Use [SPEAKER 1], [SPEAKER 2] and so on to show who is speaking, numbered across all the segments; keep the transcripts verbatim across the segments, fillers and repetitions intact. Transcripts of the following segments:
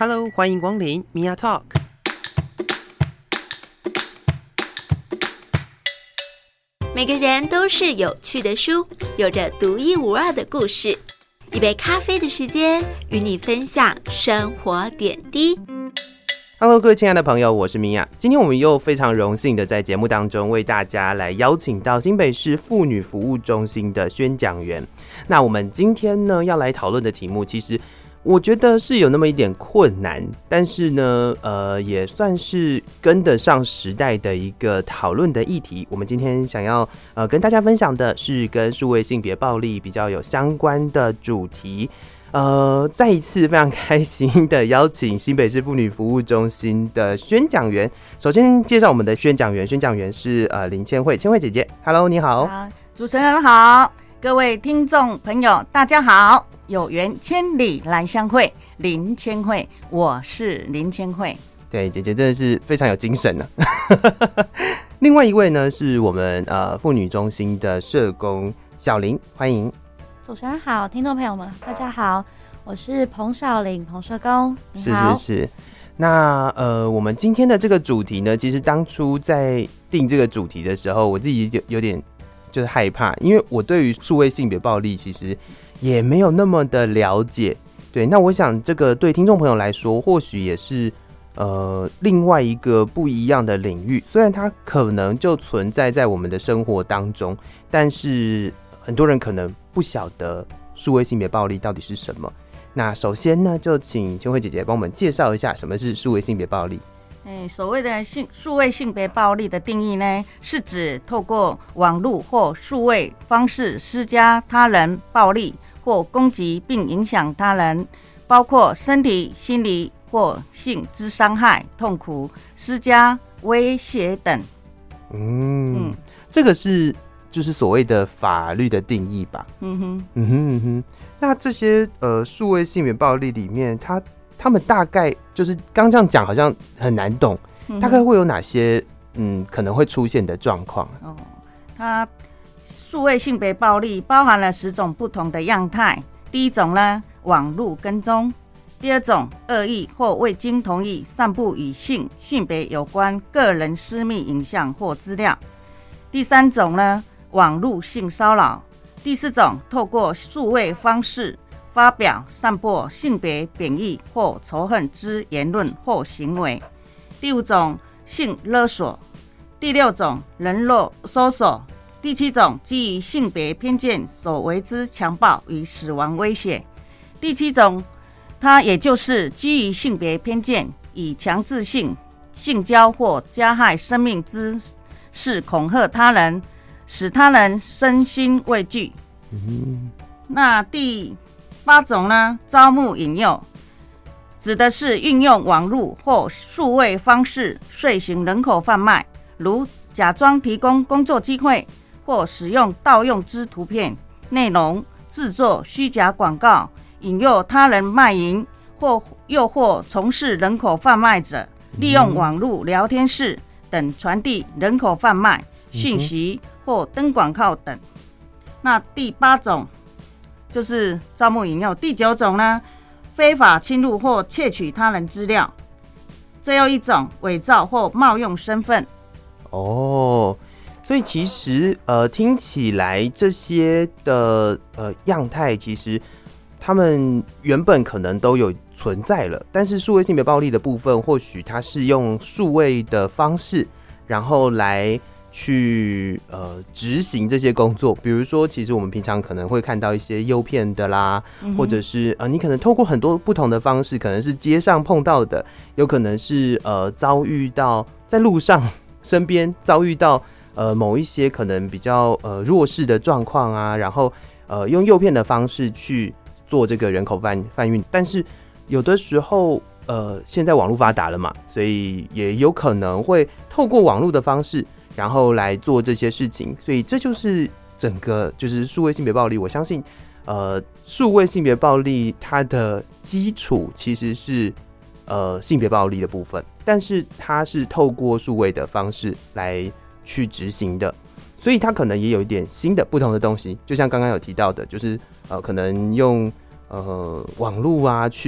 [SPEAKER 1] Hello， 欢迎光临 Mia Talk。
[SPEAKER 2] 每个人都是有趣的书，有着独一无二的故事。一杯咖啡的时间，与你分享生活点滴。
[SPEAKER 1] Hello， 各位亲爱的朋友，我是米娅。今天我们又非常荣幸的在节目当中为大家来邀请到新北市妇女服务中心的宣讲员。那我们今天呢要来讨论的题目，其实我觉得是有那么一点困难，但是呢，呃，也算是跟得上时代的一个讨论的议题。我们今天想要呃跟大家分享的是跟数位性别暴力比较有相关的主题。呃，再一次非常开心的邀请新北市妇女服务中心的宣讲员。首先介绍我们的宣讲员，宣讲员是呃林千惠，千惠姐姐 ，Hello， 你好。
[SPEAKER 3] 好，主持人好，各位听众朋友，大家好。有缘千里来相会，林千惠，我是林千惠。
[SPEAKER 1] 对，姐姐真的是非常有精神呢、啊。另外一位呢是我们呃妇女中心的社工小林，欢迎。
[SPEAKER 4] 主持人好，听众朋友们大家好，我是彭小玲，彭社工，你好。
[SPEAKER 1] 是是是。那呃，我们今天的这个主题呢，其实当初在定这个主题的时候，我自己有有点就是害怕，因为我对于数位性别暴力其实也没有那么的了解。对，那我想这个对听众朋友来说，或许也是呃另外一个不一样的领域。虽然它可能就存在在我们的生活当中，但是很多人可能不晓得数位性别暴力到底是什么。那首先呢，就请千惠姐姐帮我们介绍一下什么是数位性别暴力。
[SPEAKER 3] 欸、所谓的性数位性别暴力的定义呢，是指透过网络或数位方式施加他人暴力或攻击并影响他人，包括身体、心理或性之伤害、痛苦、施加威胁等。
[SPEAKER 1] 嗯，嗯这个是就是所谓的法律的定义吧。
[SPEAKER 3] 嗯哼，
[SPEAKER 1] 嗯哼嗯哼。那这些呃数位性别暴力里面，它他们大概就是刚这样讲，好像很难懂，嗯、大概会有哪些嗯可能会出现的状况？
[SPEAKER 3] 哦，它数位性别暴力包含了十种不同的样态。第一种呢，网络跟踪；第二种，恶意或未经同意散布与性、性别有关个人私密影像或资料；第三种呢，网络性骚扰；第四种，透过数位方式发表、散播性别贬义或仇恨之言论或行为；第五种，性勒索；第六种，人肉搜索；第七种，基于性别偏见所为之强暴与死亡威胁；第七种，它也就是基于性别偏见以强制性性交或加害生命之事恐吓他人，使他人身心畏惧。嗯、那第八种呢，招募引诱，指的是运用网络或数位方式遂行人口贩卖，如假装提供工作机会，或使用盗用之图片内容制作虚假广告，引诱他人卖淫，或诱惑从事人口贩卖者利用网络聊天室等传递人口贩卖讯息或登广告等。那第八种就是招募引诱。第九种呢，非法侵入或窃取他人资料。最后一种，伪造或冒用身份。
[SPEAKER 1] 哦，所以其实呃听起来这些的呃样态，其实他们原本可能都有存在了，但是数位性别暴力的部分，或许它是用数位的方式，然后来去呃执行这些工作。比如说其实我们平常可能会看到一些诱骗的啦、嗯、或者是呃你可能透过很多不同的方式，可能是街上碰到的，有可能是呃遭遇到在路上身边遭遇到呃某一些可能比较呃弱势的状况啊，然后呃用诱骗的方式去做这个人口贩贩运。但是有的时候呃现在网络发达了嘛，所以也有可能会透过网络的方式然后来做这些事情。所以这就是整个就是数位性别暴力。我相信呃数位性别暴力它的基础其实是呃性别暴力的部分，但是它是透过数位的方式来去执行的，所以它可能也有一点新的不同的东西。就像刚刚有提到的，就是呃可能用呃网络啊去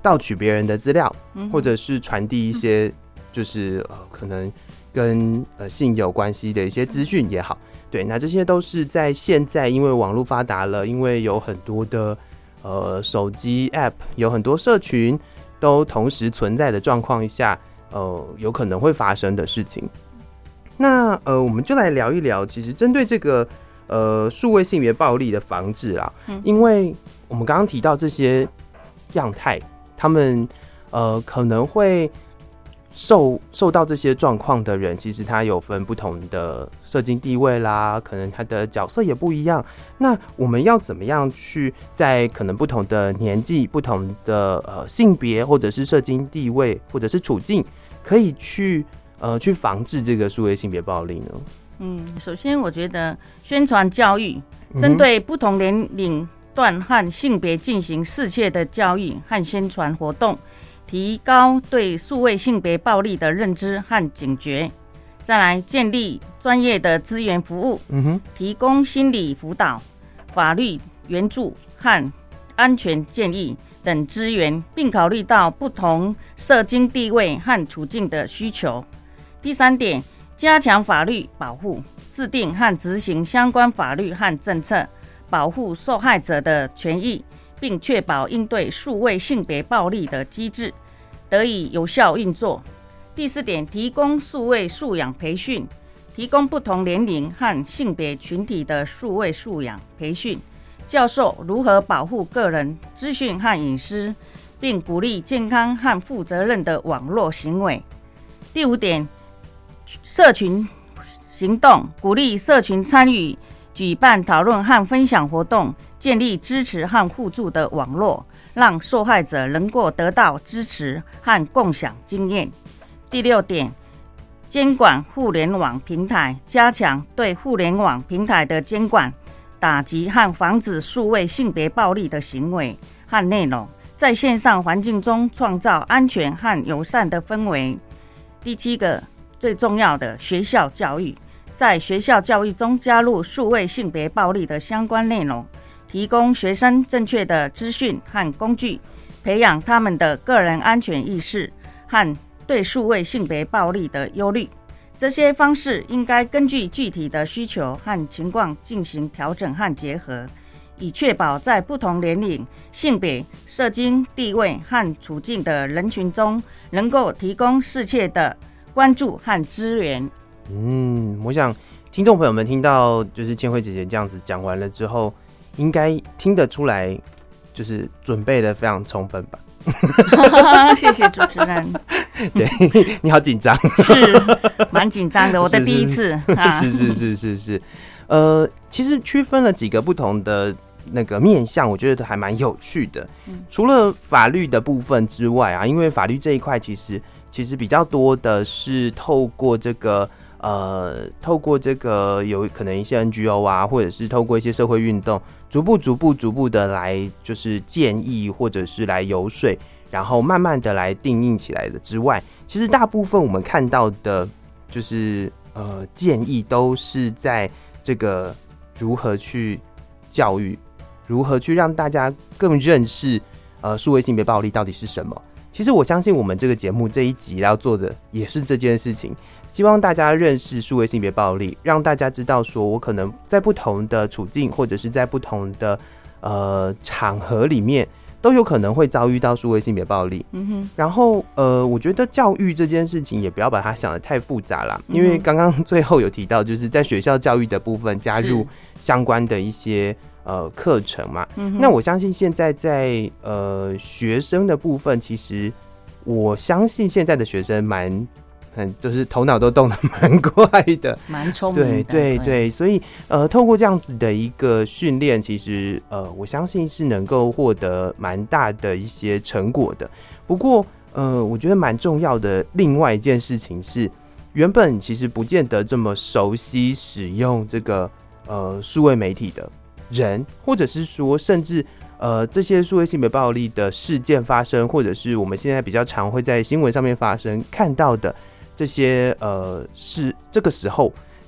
[SPEAKER 1] 盗取别人的资料，
[SPEAKER 3] 嗯
[SPEAKER 1] 或者是传递一些就是呃可能跟呃性有关系的一些资讯也好，对，那这些都是在现在因为网络发达了，因为有很多的呃手机 App， 有很多社群都同时存在的状况下，呃有可能会发生的事情。那呃我们就来聊一聊，其实针对这个呃数位性别暴力的防治啦，嗯、因为我们刚刚提到这些样态，他们呃可能会受受到这些状况的人，其实他有分不同的社经地位啦，可能他的角色也不一样。那我们要怎么样去在可能不同的年纪、不同的呃性别，或者是社经地位，或者是处境，可以去呃去防治这个数位性别暴力呢？
[SPEAKER 3] 嗯，首先我觉得宣传教育，针对不同年龄段和性别进行适切的教育和宣传活动，提高对数位性别暴力的认知和警觉。再来，建立专业的资源服务，嗯哼，提供心理辅导、法律援助和安全建议等资源，并考虑到不同社经地位和处境的需求。第三点，加强法律保护，制定和执行相关法律和政策，保护受害者的权益，并确保应对数位性别暴力的机制得以有效运作。第四点，提供数位素养培训，提供不同年龄和性别群体的数位素养培训，教授如何保护个人资讯和隐私，并鼓励健康和负责任的网络行为。第五点，社群行动，鼓励社群参与举办讨论和分享活动，建立支持和互助的网络，让受害者能够得到支持和共享经验。第六点，监管互联网平台，加强对互联网平台的监管，打击和防止数位性别暴力的行为和内容，在线上环境中创造安全和友善的氛围。第七个，最重要的学校教育，在学校教育中加入数位性别暴力的相关内容，提供学生正确的资讯和工具，培养他们的个人安全意识和对数位性别暴力的忧虑。这些方式应该根据具体的需求和情况进行调整和结合，以确保在不同年龄、性别、社经地位和处境的人群中，能够提供适切的关注和资源。
[SPEAKER 1] 嗯，我想听众朋友们听到就是千惠姐姐这样子讲完了之后，应该听得出来，就是准备的非常充分吧。
[SPEAKER 3] 谢谢主持人。
[SPEAKER 1] 对，你好紧张。
[SPEAKER 3] 是，蛮紧张的，我的第一次。
[SPEAKER 1] 是是是是是，呃，其实区分了几个不同的那个面向，我觉得还蛮有趣的。嗯、除了法律的部分之外啊，因为法律这一块其实其实比较多的是透过这个。呃，透过这个有可能一些 N G O 啊，或者是透过一些社会运动，逐步、逐步、逐步的来就是建议，或者是来游说，然后慢慢的来定义起来的之外，其实大部分我们看到的，就是呃建议都是在这个如何去教育，如何去让大家更认识呃数位性别暴力到底是什么。其实我相信我们这个节目这一集要做的也是这件事情，希望大家认识数位性别暴力，让大家知道说我可能在不同的处境或者是在不同的呃场合里面都有可能会遭遇到数位性别暴力。嗯哼，然后呃我觉得教育这件事情也不要把它想得太复杂啦，因为刚刚最后有提到就是在学校教育的部分加入相关的一些呃课程嘛、嗯、那我相信现在在呃学生的部分，其实我相信现在的学生蛮很就是头脑都动得蛮快的，
[SPEAKER 3] 蛮聪明的，
[SPEAKER 1] 对对 对, 对，所以呃透过这样子的一个训练，其实呃我相信是能够获得蛮大的一些成果的。不过呃我觉得蛮重要的另外一件事情是，原本其实不见得这么熟悉使用这个呃数位媒体的人，或者是说甚至呃这些数位性别暴力的事件发生，或者是我们现在比较常会在新闻上面发生看到的这些呃是这个时候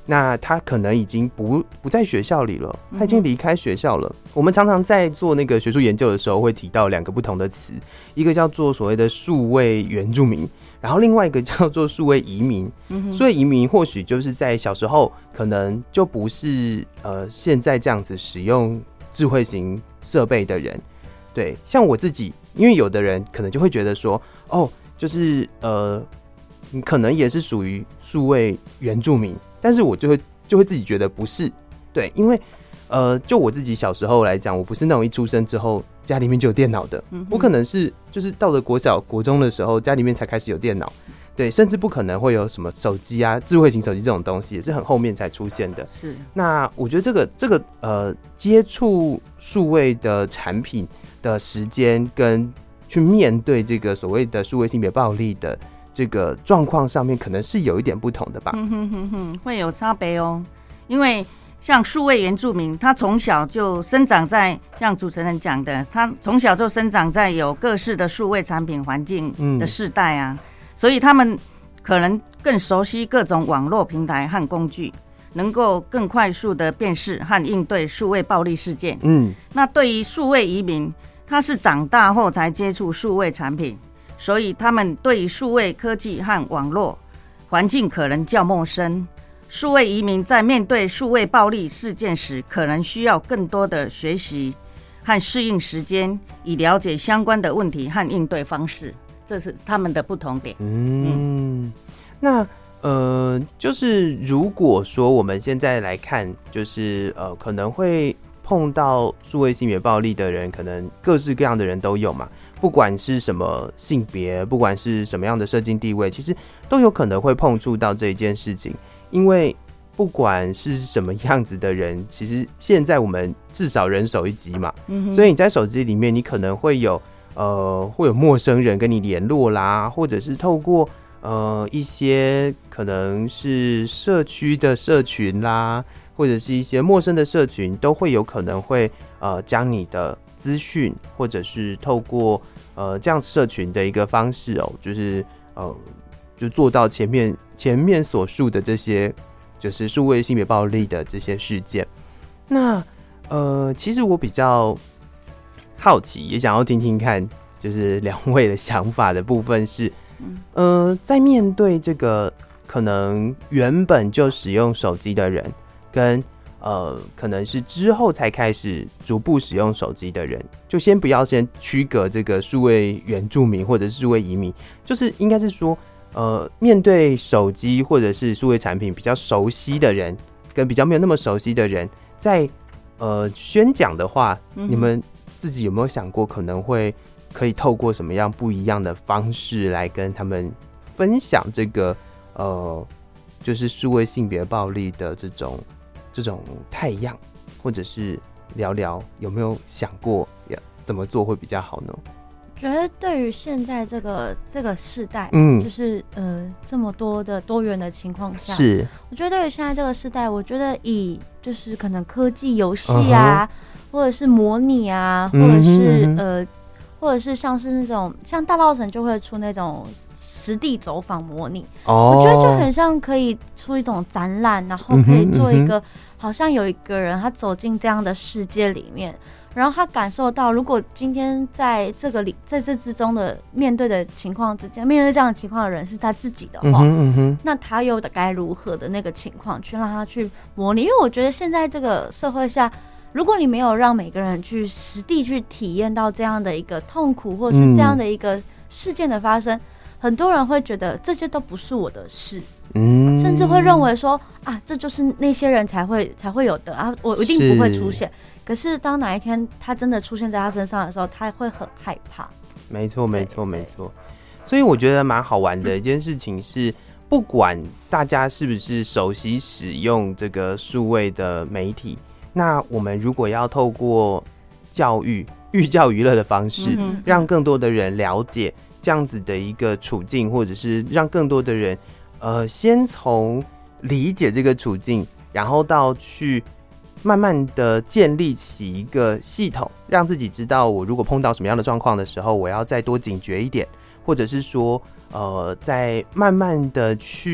[SPEAKER 1] 那他可能已经不不在学校里了，他已经离开学校了。嗯、我们常常在做那个学术研究的时候，会提到两个不同的词，一个叫做所谓的数位原住民，然后另外一个叫做数位移民。嗯、数位移民或许就是在小时候可能就不是呃现在这样子使用智慧型设备的人。对，像我自己，因为有的人可能就会觉得说，哦，就是呃，你可能也是属于数位原住民，但是我就会就会自己觉得不是，对，因为呃，就我自己小时候来讲，我不是那种一出生之后家里面就有电脑的，嗯、我可能是就是到了国小、国中的时候，家里面才开始有电脑，对，甚至不可能会有什么手机啊、智慧型手机这种东西，也是很后面才出现的。
[SPEAKER 3] 是，
[SPEAKER 1] 那我觉得这个这个呃，接触数位的产品的时间跟去面对这个所谓的数位性别暴力的这个状况上面，可能是有一点不同的吧。
[SPEAKER 3] 嗯哼哼哼，会有差别哦。因为像数位原住民，他从小就生长在像主持人讲的，他从小就生长在有各式的数位产品环境的世代啊，嗯、所以他们可能更熟悉各种网络平台和工具，能够更快速的辨识和应对数位暴力事件。嗯，那对于数位移民，他是长大后才接触数位产品，所以他们对于数位科技和网络环境可能较陌生。数位移民在面对数位暴力事件时，可能需要更多的学习和适应时间，以了解相关的问题和应对方式，这是他们的不同点。
[SPEAKER 1] 嗯，嗯那呃，就是如果说我们现在来看，就是呃，可能会碰到数位性别暴力的人，可能各式各样的人都有嘛，不管是什么性别，不管是什么样的社经地位，其实都有可能会碰触到这一件事情。因为不管是什么样子的人，其实现在我们至少人手一机嘛，嗯、所以你在手机里面，你可能会有呃会有陌生人跟你联络啦，或者是透过呃一些可能是社区的社群啦，或者是一些陌生的社群，都会有可能会呃将你的资讯，或者是透过呃这样社群的一个方式哦，就是呃就做到前面前面所述的这些，就是数位性别暴力的这些事件。那呃，其实我比较好奇，也想要听听看，就是两位的想法的部分是，呃，在面对这个可能原本就使用手机的人，跟呃，可能是之后才开始逐步使用手机的人，就先不要先区隔这个数位原住民或者是数位移民，就是应该是说。呃，面对手机或者是数位产品比较熟悉的人，跟比较没有那么熟悉的人，在呃宣讲的话，嗯、你们自己有没有想过，可能会可以透过什么样不一样的方式来跟他们分享这个呃，就是数位性别暴力的这种这种态样，或者是聊聊有没有想过要怎么做会比较好呢？
[SPEAKER 4] 觉得对于现在这个这个世代，嗯，就是呃这么多的多元的情况下，是我觉得对于现在这个世代，我觉得以就是可能科技游戏啊， uh-huh. 或者是模拟啊，或者是、嗯、呃，或者是像是那种像大稻埕就会出那种实地走访模拟，哦，我觉得就很像可以出一种展览，然后可以做一个、嗯、好像有一个人他走进这样的世界里面。然后他感受到，如果今天在这个里，在这之中的面对的情况之间，面对这样的情况的人是他自己的话，嗯嗯嗯、那他又该如何的那个情况去让他去模拟？因为我觉得现在这个社会下，如果你没有让每个人去实地去体验到这样的一个痛苦，或者是这样的一个事件的发生，嗯、很多人会觉得这些都不是我的事。嗯，甚至会认为说啊，这就是那些人才会才会有的啊，我一定不会出现。可是当哪一天他真的出现在他身上的时候，他会很害怕。
[SPEAKER 1] 没错，没错，没错。所以我觉得蛮好玩的一件事情是，不管大家是不是熟悉使用这个数位的媒体，那我们如果要透过教育、寓教于乐的方式，嗯、让更多的人了解这样子的一个处境，或者是让更多的人。呃，先从理解这个处境，然后到去慢慢的建立起一个系统，让自己知道我如果碰到什么样的状况的时候，我要再多警觉一点，或者是说，呃，再慢慢的去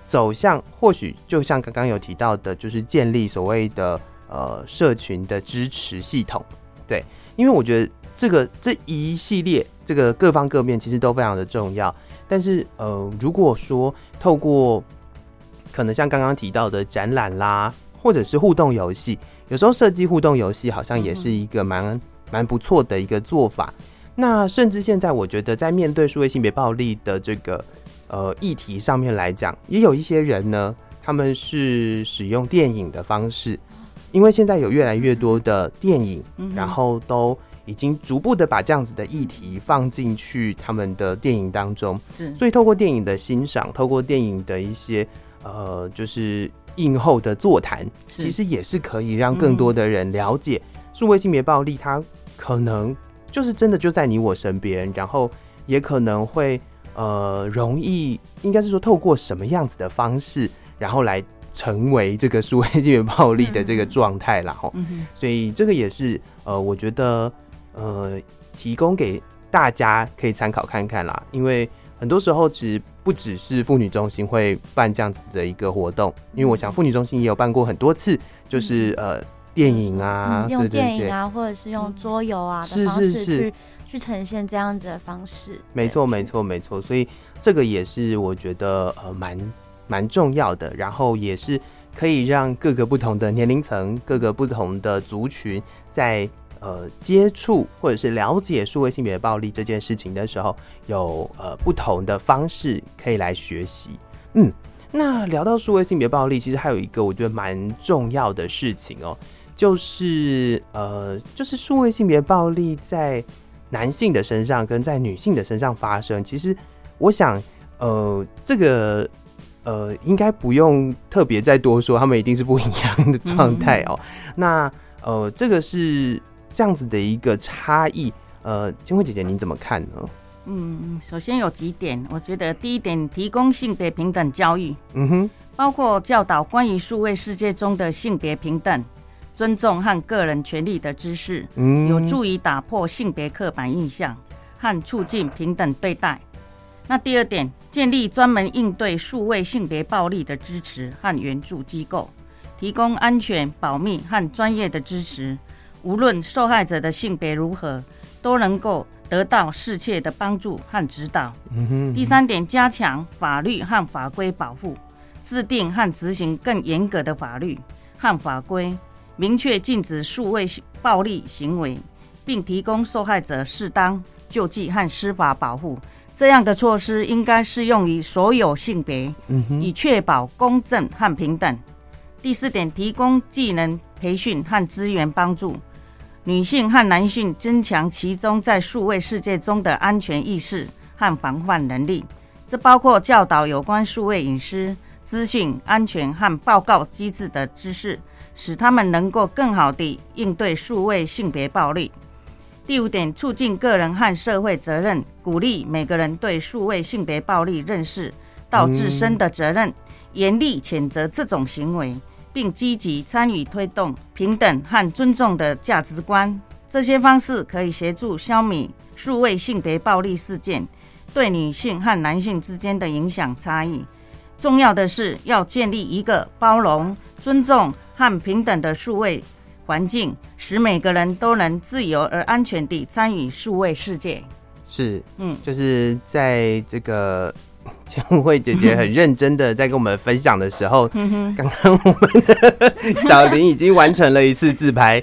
[SPEAKER 1] 走向或许就像刚刚有提到的，就是建立所谓的呃社群的支持系统。对，因为我觉得这个这一系列这个各方各面其实都非常的重要。但是呃，如果说透过可能像刚刚提到的展览啦，或者是互动游戏，有时候设计互动游戏好像也是一个蛮蛮不错的一个做法。那甚至现在我觉得在面对数位性别暴力的这个呃议题上面来讲，也有一些人呢，他们是使用电影的方式，因为现在有越来越多的电影，然后都已经逐步的把这样子的议题放进去他们的电影当中，所以透过电影的欣赏，透过电影的一些呃就是映后的座谈，其实也是可以让更多的人了解数位性别暴力它可能就是真的就在你我身边，然后也可能会呃容易应该是说透过什么样子的方式，然后来成为这个数位性别暴力的这个状态啦、嗯、所以这个也是呃我觉得呃提供给大家可以参考看看啦，因为很多时候其实不只是妇女中心会办这样子的一个活动，因为我想妇女中心也有办过很多次，就是呃电影啊、嗯、
[SPEAKER 4] 用电影啊，或者是用桌游啊的方式去是是是去呈现这样子的方式。
[SPEAKER 1] 没错没错没错，所以这个也是我觉得呃蛮蛮重要的，然后也是可以让各个不同的年龄层、各个不同的族群在呃接触或者是了解数位性别暴力这件事情的时候，有呃不同的方式可以来学习。嗯，那聊到数位性别暴力，其实还有一个我觉得蛮重要的事情哦，就是呃就是数位性别暴力在男性的身上跟在女性的身上发生，其实我想呃这个呃应该不用特别再多说，他们一定是不一样的状态哦。嗯、那呃这个是这样子的一个差异，呃千惠姐姐您怎么看呢？
[SPEAKER 3] 嗯，首先有几点，我觉得第一点，提供性别平等教育，嗯哼，包括教导关于数位世界中的性别平等、尊重和个人权利的知识，嗯，有助于打破性别刻板印象和促进平等对待。那第二点，建立专门应对数位性别暴力的支持和援助机构，提供安全、保密和专业的支持，无论受害者的性别如何，都能够得到适切的帮助和指导。嗯、第三点，加强法律和法规保护，制定和执行更严格的法律和法规，明确禁止数位暴力行为，并提供受害者适当救济和司法保护。这样的措施应该适用于所有性别，嗯、以确保公正和平等。第四点，提供技能培训和资源帮助女性和男性，增强其中在数位世界中的安全意识和防范能力。这包括教导有关数位隐私、资讯安全和报告机制的知识，使他们能够更好地应对数位性别暴力。第五点，促进个人和社会责任，鼓励每个人对数位性别暴力认识到自身的责任，严厉谴责这种行为，并积极参与推动平等和尊重的价值观。这些方式可以协助消弭数位性别暴力事件对女性和男性之间的影响差异。重要的是要建立一个包容、尊重和平等的数位环境，使每个人都能自由而安全地参与数位世界。
[SPEAKER 1] 是，嗯，就是在这个千惠姐姐很认真的在跟我们分享的时候，刚刚我们的小林已经完成了一次自拍，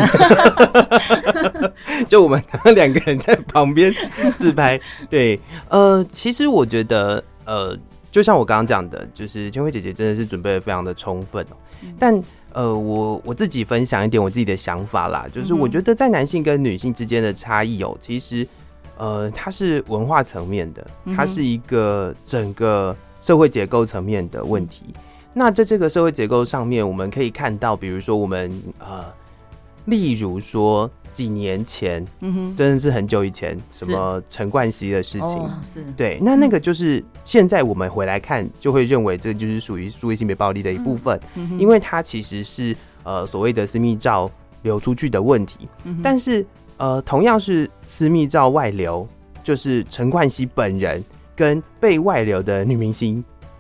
[SPEAKER 1] 就我们刚刚两个人在旁边自拍。对，呃，其实我觉得，呃，就像我刚刚讲的，就是千惠姐姐真的是准备得非常的充分哦。嗯、但呃，我我自己分享一点我自己的想法啦，就是我觉得在男性跟女性之间的差异哦，其实。呃，它是文化层面的，它是一个整个社会结构层面的问题。那在这个社会结构上面，我们可以看到，比如说我们呃，例如说几年前，嗯哼，真的是很久以前，什么陈冠希的事情，哦、是对，那那个就是现在我们回来看，就会认为这就是属于数位性别暴力的一部分，嗯、因为它其实是呃所谓的私密照流出去的问题，嗯、但是。呃，同样是私密照外流，就是陈冠希本人跟被外流的女明星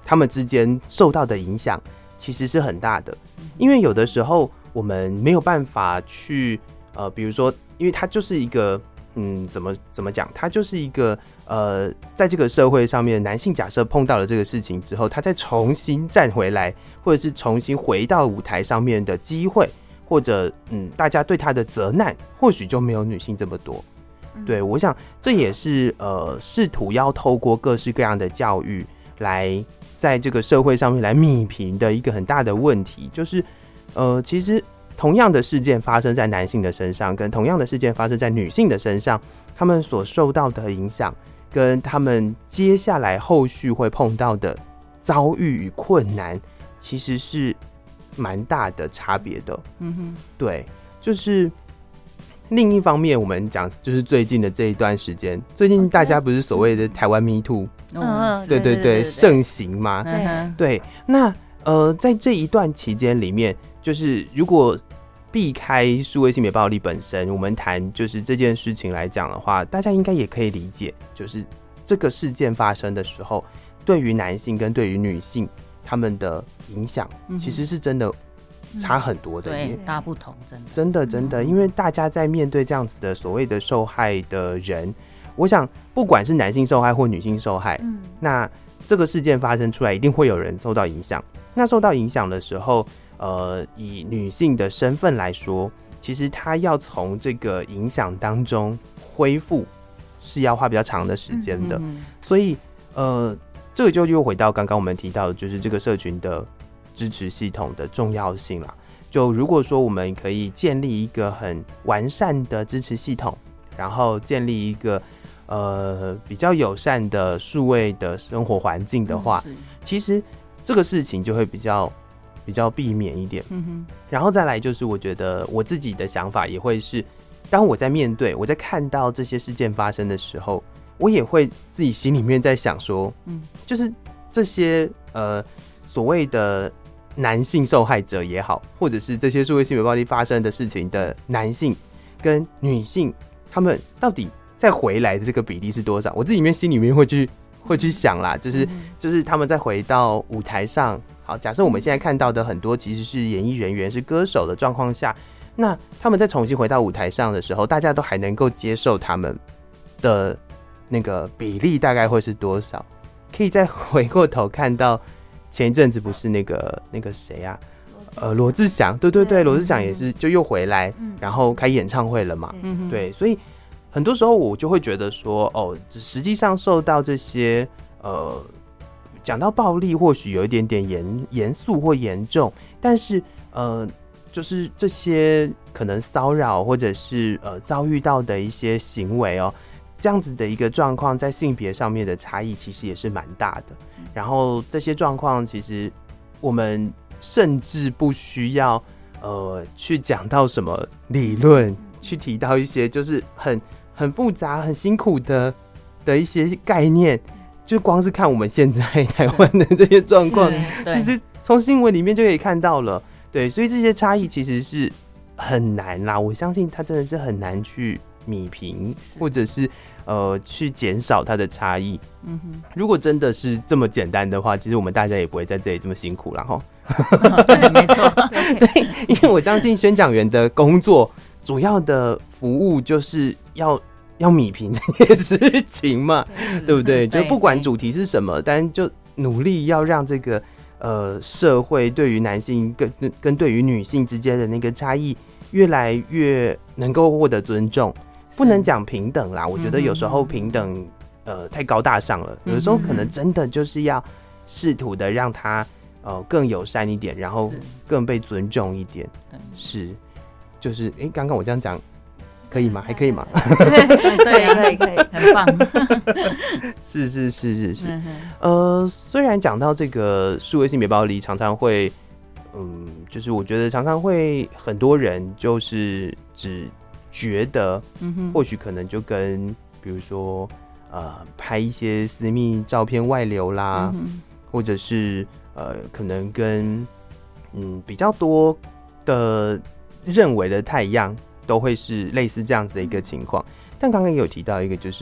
[SPEAKER 1] 他们之间受到的影响其实是很大的。因为有的时候我们没有办法去呃，比如说，因为它就是一个嗯，怎么怎么讲，它就是一个呃，在这个社会上面，男性假设碰到了这个事情之后，他再重新站回来，或者是重新回到舞台上面的机会，或者嗯，大家对他的责难，或许就没有女性这么多。对，我想这也是呃，试图要透过各式各样的教育来在这个社会上面来弭平的一个很大的问题，就是呃，其实同样的事件发生在男性的身上，跟同样的事件发生在女性的身上，他们所受到的影响，跟他们接下来后续会碰到的遭遇与困难，其实是蛮大的差别的。嗯哼，对，就是另一方面，我们讲就是最近的这一段时间，最近大家不是所谓的台湾 Me Too， 嗯，对对 对, 对, 对，盛行嘛，对对。那呃，在这一段期间里面，就是如果避开数位性别暴力本身，我们谈就是这件事情来讲的话，大家应该也可以理解，就是这个事件发生的时候，对于男性跟对于女性他们的影响，其实是真的差很多的，
[SPEAKER 3] 对，大不同，真的，
[SPEAKER 1] 真的，真的，因为大家在面对这样子的所谓的受害的人，我想不管是男性受害或女性受害，嗯，那这个事件发生出来，一定会有人受到影响。那受到影响的时候，呃，以女性的身份来说，其实她要从这个影响当中恢复，是要花比较长的时间的。嗯嗯嗯，所以，呃，这个就又回到刚刚我们提到的，就是这个社群的支持系统的重要性啦。就如果说我们可以建立一个很完善的支持系统，然后建立一个呃比较友善的数位的生活环境的话，嗯，其实这个事情就会比较比较避免一点。嗯哼。然后再来就是我觉得我自己的想法也会是，当我在面对我在看到这些事件发生的时候，我也会自己心里面在想说，嗯，就是这些呃所谓的男性受害者也好，或者是这些数位性别暴力发生的事情的男性跟女性，他们到底再回来的这个比例是多少？我自己里面心里面会去会去想啦，就是就是他们再回到舞台上，好，假设我们现在看到的很多其实是演艺人员是歌手的状况下，那他们再重新回到舞台上的时候，大家都还能够接受他们的那个比例大概会是多少？可以再回过头看到前一阵子不是那个那个谁啊，呃，罗志祥，对对对，罗志祥也是就又回来，然后开演唱会了嘛，对，所以很多时候我就会觉得说，哦，实际上受到这些呃，讲到暴力，或许有一点点严严肃或严重，但是呃，就是这些可能骚扰或者是呃遭遇到的一些行为哦，这样子的一个状况，在性别上面的差异其实也是蛮大的。然后这些状况，其实我们甚至不需要呃去讲到什么理论，去提到一些就是很很复杂、很辛苦的的一些概念，就光是看我们现在台湾的这些状况，其实从新闻里面就可以看到了。对，所以这些差异其实是很难啦，我相信它真的是很难去弭平，或者是呃去减少它的差异。嗯哼，如果真的是这么简单的话，其实我们大家也不会在这里这么辛苦啦齁。
[SPEAKER 3] 对，没错。
[SPEAKER 1] 对，因为我相信宣讲员的工作主要的服务就是要要弭平这件事情嘛，对不对？就不管主题是什么，但就努力要让这个呃社会对于男性跟跟对于女性之间的那个差异越来越能够获得尊重。不能讲平等啦，我觉得有时候平等呃太高大上了，有时候可能真的就是要试图的让它呃更友善一点，然后更被尊重一点。是，就是哎，刚刚我这样讲可以吗？还可以吗？
[SPEAKER 3] 对，可以，可以，很棒。
[SPEAKER 1] 是是是是是，呃，虽然讲到这个数位性别暴力，常常会，嗯，就是我觉得常常会很多人就是只觉得，或许可能就跟比如说呃拍一些私密照片外流啦，嗯、或者是呃可能跟嗯比较多的认为的太一样，都会是类似这样子的一个情况。但刚刚也有提到一个，就是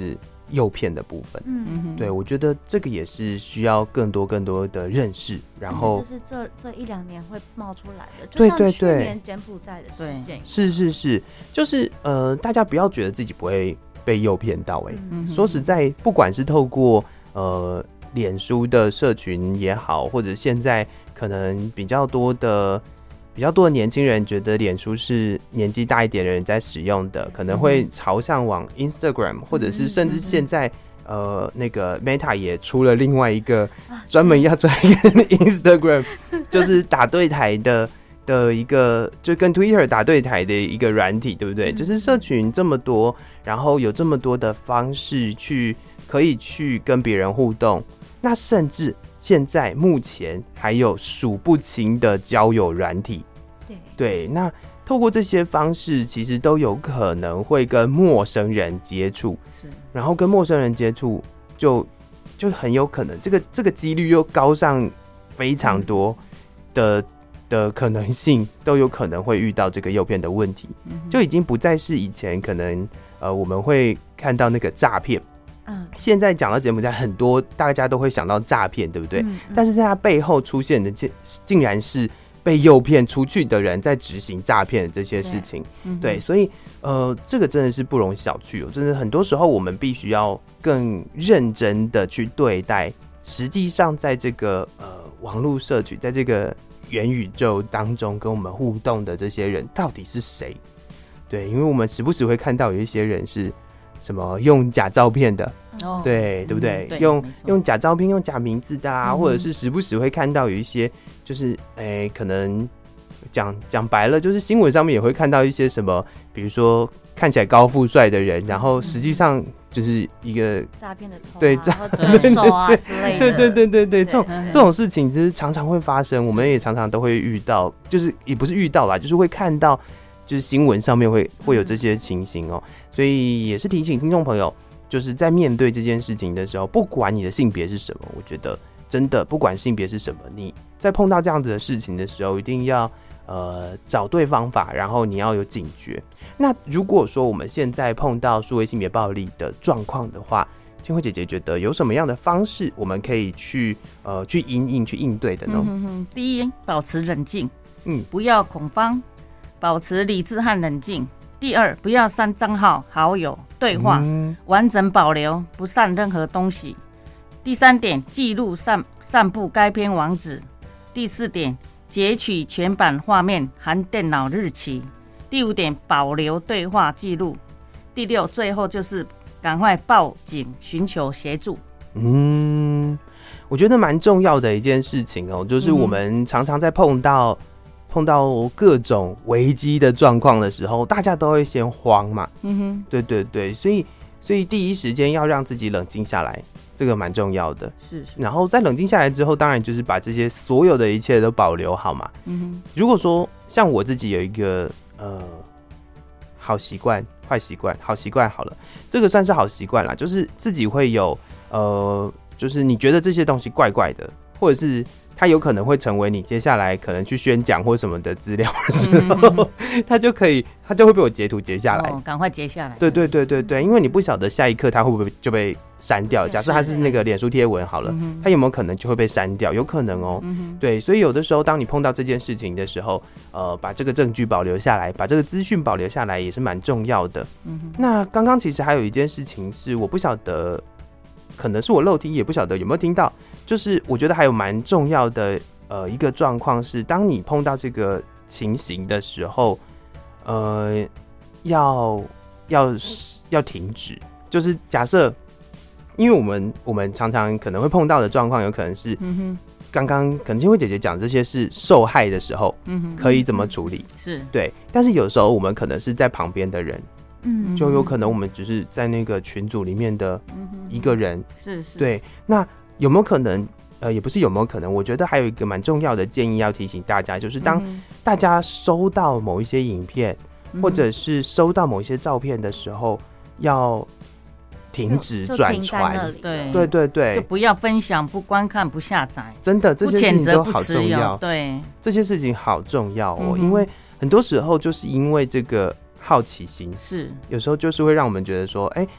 [SPEAKER 1] 诱骗的部分。嗯，对，我觉得这个也是需要更多更多的认识，然后
[SPEAKER 4] 就是这这一两年会冒出来的，就像去年柬埔寨的事件，
[SPEAKER 1] 是是是，就是呃，大家不要觉得自己不会被诱骗到、欸，哎、嗯，说实在，不管是透过呃脸书的社群也好，或者现在可能比较多的。比较多的年轻人觉得脸书是年纪大一点的人在使用的，可能会朝向往 Instagram， 或者是甚至现在呃那个 Meta 也出了另外一个专门要专业 Instagram， 就是打对台的的一个，就跟 Twitter 打对台的一个软体，对不对？就是社群这么多，然后有这么多的方式去可以去跟别人互动，那甚至。现在目前还有数不清的交友软体，对对，那透过这些方式，其实都有可能会跟陌生人接触，然后跟陌生人接触就就很有可能，这个这个几率又高上非常多的、嗯、的可能性，都有可能会遇到这个诱骗的问题，嗯、就已经不再是以前可能呃我们会看到那个诈骗。嗯，现在讲到柬埔寨，很多大家都会想到诈骗，对不对？嗯嗯、但是在它背后出现的，竟然是被诱骗出去的人在执行诈骗的这些事情。对，嗯、对，所以呃，这个真的是不容小觑哦。真的，很多时候我们必须要更认真的去对待。实际上，在这个呃网络社群，在这个元宇宙当中跟我们互动的这些人到底是谁？对，因为我们时不时会看到有一些人是。什么用假照片的，哦、对对不对？嗯、对用用假照片、用假名字的啊，嗯、或者是时不时会看到有一些，就是诶，可能讲讲白了，就是新闻上面也会看到一些什么，比如说看起来高富帅的人，然后实际上就是一个
[SPEAKER 4] 诈骗的头、啊，
[SPEAKER 1] 对诈
[SPEAKER 4] 骗手啊之类的，
[SPEAKER 1] 对对对对对，这种这种事情就是常常会发生，我们也常常都会遇到，就是也不是遇到啦，就是会看到。就是新闻上面会会有这些情形哦，所以也是提醒听众朋友，就是在面对这件事情的时候，不管你的性别是什么，我觉得真的不管性别是什么，你在碰到这样子的事情的时候，一定要呃找对方法，然后你要有警觉。那如果说我们现在碰到数位性别暴力的状况的话，千惠姐姐觉得有什么样的方式我们可以去呃去因应去应对的呢？嗯
[SPEAKER 3] 哼，第一，保持冷静，嗯，不要恐慌。保持理智和冷静。第二，不要删账号、好友对话，嗯、完整保留，不删任何东西。第三点，记录散散布该篇网址。第四点，截取全版画面含电脑日期。第五点，保留对话记录。第六，最后就是赶快报警，寻求协助。
[SPEAKER 1] 嗯，我觉得蛮重要的一件事情哦，就是我们常常在碰到。碰到各种危机的状况的时候，大家都会先慌嘛。嗯哼，对对对，所以所以第一时间要让自己冷静下来，这个蛮重要的。是是。然后在冷静下来之后，当然就是把这些所有的一切都保留好嘛。嗯哼。如果说像我自己有一个呃好习惯、坏习惯、好习惯好了，这个算是好习惯啦，就是自己会有呃，就是你觉得这些东西怪怪的，或者是。它有可能会成为你接下来可能去宣讲或什么的资料的时候，嗯、它就可以，它就会被我截图截下来，
[SPEAKER 3] 赶、哦、快截下来。
[SPEAKER 1] 对对对对对，因为你不晓得下一刻它会不会就被删掉。假设它是那个脸书贴文好了，嗯、它有没有可能就会被删掉？有可能哦。嗯、对，所以有的时候当你碰到这件事情的时候，呃，把这个证据保留下来，把这个资讯保留下来也是蛮重要的。嗯、那刚刚其实还有一件事情是，我不晓得。可能是我漏听，也不晓得有没有听到。就是我觉得还有蛮重要的呃一个状况是，当你碰到这个情形的时候，呃，要要要停止。就是假设，因为我们我们常常可能会碰到的状况，有可能是，嗯哼，刚刚可能千惠姐姐讲这些是受害的时候，嗯哼，可以怎么处理？是对，但是有时候我们可能是在旁边的人。嗯，就有可能我们只是在那个群组里面的一个人，嗯、是是，对。那有没有可能？呃，也不是有没有可能？我觉得还有一个蛮重要的建议要提醒大家，就是当大家收到某一些影片，嗯、或者是收到某一些照片的时候，要停止转传。对对对对，
[SPEAKER 3] 就不要分享、不观看、不下载。
[SPEAKER 1] 真的，这些事情都好重要。
[SPEAKER 3] 对，
[SPEAKER 1] 这些事情好重要哦，嗯、因为很多时候就是因为这个。好奇心是有时候就是会让我们觉得说，哎、欸，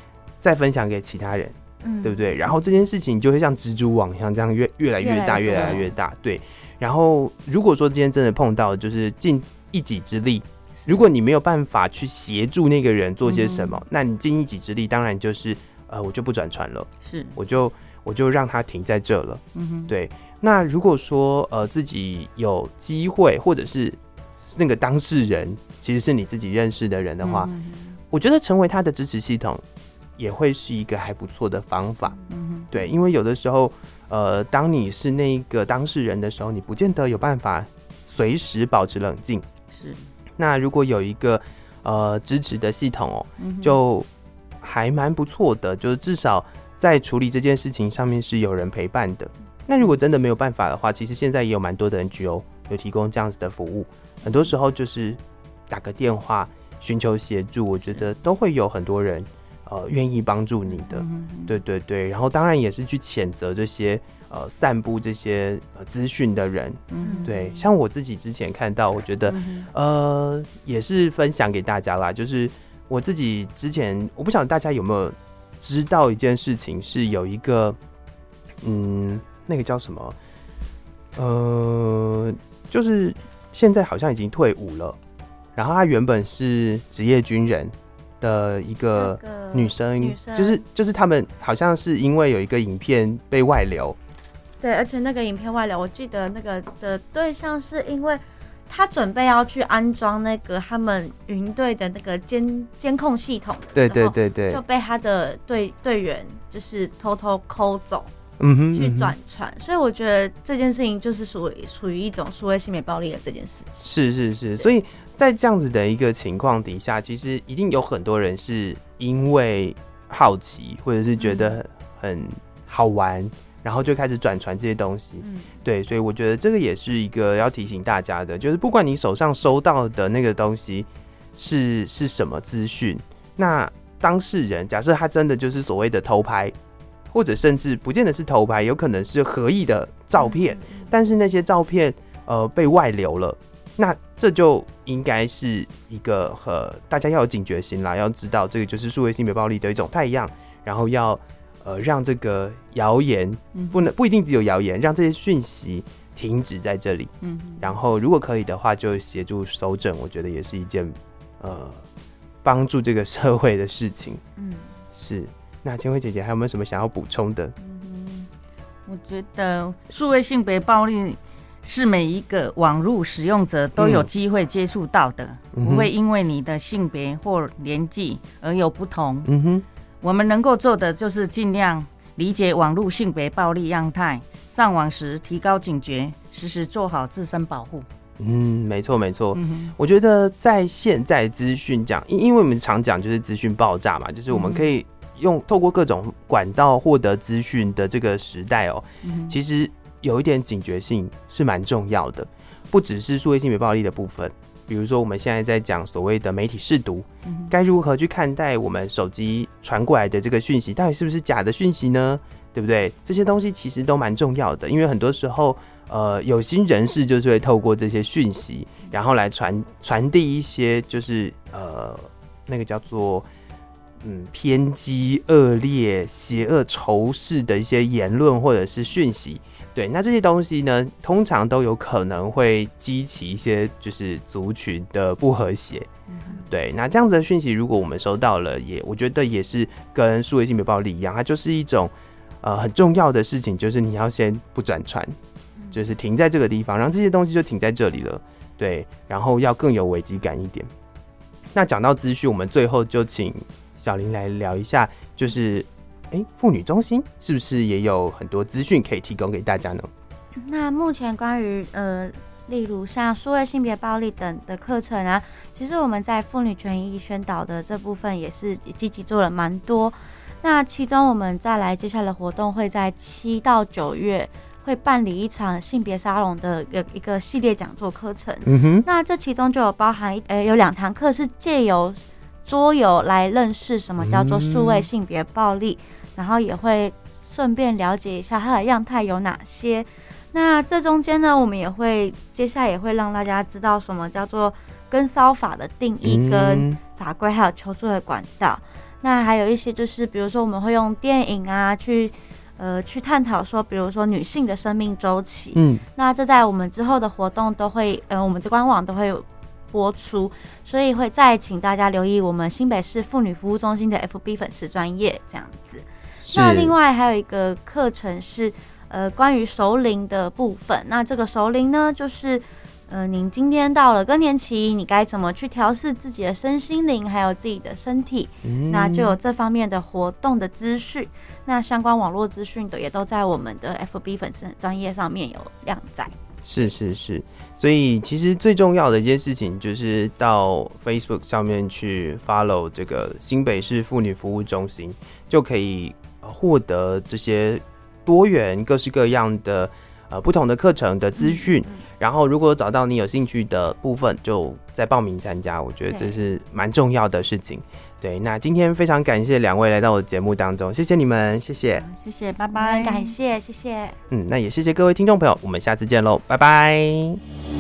[SPEAKER 1] 再分享给其他人，嗯，对不对？然后这件事情就会像蜘蛛网一样，这样越越来越大，越来越大，对。然后如果说今天真的碰到，就是尽一己之力，如果你没有办法去协助那个人做些什么，嗯、那你尽一己之力，当然就是呃，我就不转传了，
[SPEAKER 3] 是，
[SPEAKER 1] 我就我就让他停在这了，嗯哼，对。那如果说呃自己有机会，或者是那个当事人其实是你自己认识的人的话，嗯、我觉得成为他的支持系统也会是一个还不错的方法，嗯、对，因为有的时候呃，当你是那个当事人的时候，你不见得有办法随时保持冷静，
[SPEAKER 3] 是。那
[SPEAKER 1] 如果有一个呃支持的系统哦，嗯、就还蛮不错的，就是至少在处理这件事情上面是有人陪伴的。那如果真的没有办法的话，其实现在也有蛮多的 N G O 有提供这样子的服务，很多时候就是打个电话寻求协助，我觉得都会有很多人呃愿意帮助你的，嗯、对对对。然后当然也是去谴责这些呃散布这些呃资讯的人，嗯，对。像我自己之前看到，我觉得、嗯、呃也是分享给大家啦，就是我自己之前我不晓得大家有没有知道一件事情，是有一个嗯。那个叫什么？呃，就是现在好像已经退伍了，然后她原本是职业军人的一个女生，女生就是就是他们好像是因为有一个影片被外流，
[SPEAKER 4] 对，而且那个影片外流，我记得那个的对象是因为他准备要去安装那个他们云队的那个监监控系统的时候，
[SPEAKER 1] 对对对对，
[SPEAKER 4] 就被他的队队员就是偷偷抠走。
[SPEAKER 1] 嗯哼，
[SPEAKER 4] 去转传、嗯，所以我觉得这件事情就是属于属于一种数位性别暴力的这件事情。
[SPEAKER 1] 是是是，所以在这样子的一个情况底下，其实一定有很多人是因为好奇，或者是觉得很好玩，嗯、然后就开始转传这些东西。嗯，对，所以我觉得这个也是一个要提醒大家的，就是不管你手上收到的那个东西是是什么资讯，那当事人假设他真的就是所谓的偷拍。或者甚至不见得是偷拍，有可能是合意的照片，嗯、但是那些照片呃被外流了，那这就应该是一个和大家要有警觉心啦，要知道这个就是数位性别暴力的一种态样，然后要呃让这个谣言不能不一定只有谣言，让这些讯息停止在这里，嗯，然后如果可以的话，就协助搜证，我觉得也是一件呃帮助这个社会的事情，嗯，是。那千惠姐姐还有没有什么想要补充的？
[SPEAKER 3] 嗯，我觉得数位性别暴力是每一个网络使用者都有机会接触到的，嗯、不会因为你的性别或年纪而有不同。嗯哼，我们能够做的就是尽量理解网络性别暴力样态，上网时提高警觉，时时做好自身保护。
[SPEAKER 1] 嗯，没错没错、嗯。我觉得在现在资讯讲，因为我们常讲就是资讯爆炸嘛，就是我们可以、嗯。用透过各种管道获得资讯的这个时代哦、嗯，其实有一点警觉性是蛮重要的，不只是数位性别暴力的部分，比如说我们现在在讲所谓的媒体识读，该、嗯、如何去看待我们手机传过来的这个讯息，到底是不是假的讯息呢？对不对？这些东西其实都蛮重要的，因为很多时候，呃，有心人士就是会透过这些讯息，然后来传传递一些就是呃那个叫做。嗯，偏激、恶劣、邪恶、仇视的一些言论或者是讯息，对，那这些东西呢，通常都有可能会激起一些就是族群的不和谐。嗯、对，那这样子的讯息，如果我们收到了，也我觉得也是跟数位性别暴力一样，它就是一种呃很重要的事情，就是你要先不转传，就是停在这个地方，让这些东西就停在这里了。对，然后要更有危机感一点。那讲到资讯，我们最后就请。小林来聊一下，就是哎，妇女中心是不是也有很多资讯可以提供给大家呢？
[SPEAKER 4] 那目前关于呃，例如像数位性别暴力等的课程啊，其实我们在妇女权益宣导的这部分也是积极做了蛮多。那其中我们再来接下来的活动会在七到九月会办理一场性别沙龙的一个系列讲座课程。嗯哼，那这其中就有包含呃有两堂课是借由桌游来认识什么叫做数位性别暴力、嗯、然后也会顺便了解一下它的样态有哪些。那这中间呢，我们也会接下来也会让大家知道什么叫做跟骚法的定义跟法规还有求助的管道、嗯、 那还有一些就是比如说我们会用电影啊去呃去探讨说，比如说女性的生命周期，嗯，那这在我们之后的活动都会呃我们的官网都会有播出，所以会再请大家留意我们新北市妇女服务中心的 F B 粉丝专页这样子。那另外还有一个课程是呃关于熟龄的部分，那这个熟龄呢就是呃您今天到了更年期，你该怎么去调适自己的身心灵还有自己的身体，嗯，那就有这方面的活动的资讯，那相关网络资讯的也都在我们的 F B 粉丝专页上面有亮载。
[SPEAKER 1] 是是是，所以其实最重要的一件事情就是到 Facebook 上面去 follow 这个新北市妇女服务中心，就可以获得这些多元各式各样的呃不同的课程的资讯，嗯嗯，然后如果找到你有兴趣的部分，就再报名参加，我觉得这是蛮重要的事情。对，那今天非常感谢两位来到我的节目当中，谢谢你们，谢谢，
[SPEAKER 3] 谢谢，拜拜，
[SPEAKER 4] 感谢，谢谢，
[SPEAKER 1] 嗯，那也谢谢各位听众朋友，我们下次见喽，拜拜。